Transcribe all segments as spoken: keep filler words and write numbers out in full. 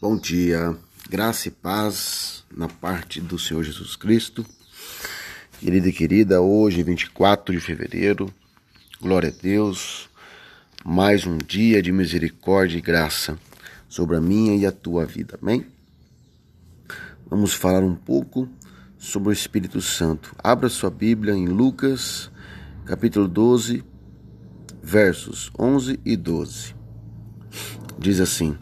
Bom dia, graça e paz na parte do Senhor Jesus Cristo. Querida e querida, hoje, vinte e quatro de fevereiro, glória a Deus, mais um dia de misericórdia e graça sobre a minha e a tua vida, amém? Vamos falar um pouco sobre o Espírito Santo. Abra sua Bíblia em Lucas, capítulo doze, versos onze e doze. Diz assim: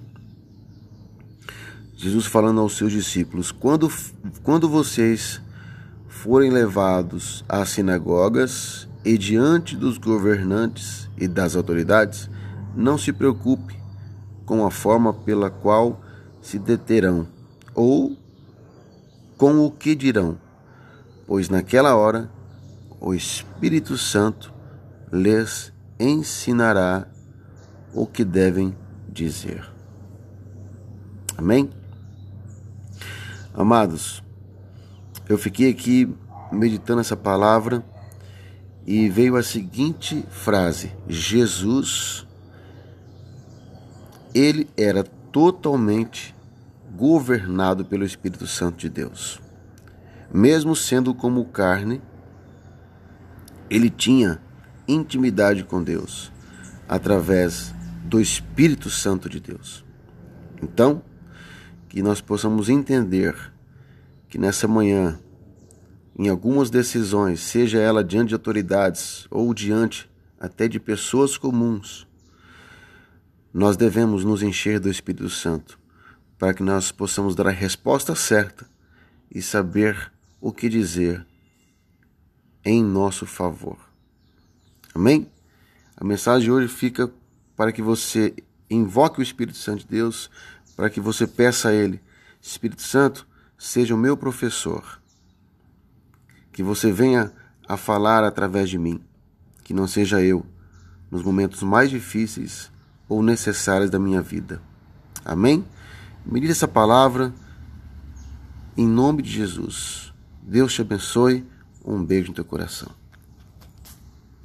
Jesus falando aos seus discípulos: quando, quando vocês forem levados às sinagogas e diante dos governantes e das autoridades, não se preocupe com a forma pela qual se deterão ou com o que dirão, pois naquela hora o Espírito Santo lhes ensinará o que devem dizer. Amém? Amados, eu fiquei aqui meditando essa palavra e veio a seguinte frase: Jesus, ele era totalmente governado pelo Espírito Santo de Deus. Mesmo sendo como carne, ele tinha intimidade com Deus através do Espírito Santo de Deus. Então, que nós possamos entender que nessa manhã, em algumas decisões, seja ela diante de autoridades ou diante até de pessoas comuns, nós devemos nos encher do Espírito Santo para que nós possamos dar a resposta certa e saber o que dizer em nosso favor. Amém? A mensagem de hoje fica para que você invoque o Espírito Santo de Deus, para que você peça a Ele: Espírito Santo, seja o meu professor, que você venha a falar através de mim, que não seja eu nos momentos mais difíceis ou necessários da minha vida. Amém? Medite essa palavra em nome de Jesus. Deus te abençoe. Um beijo no teu coração.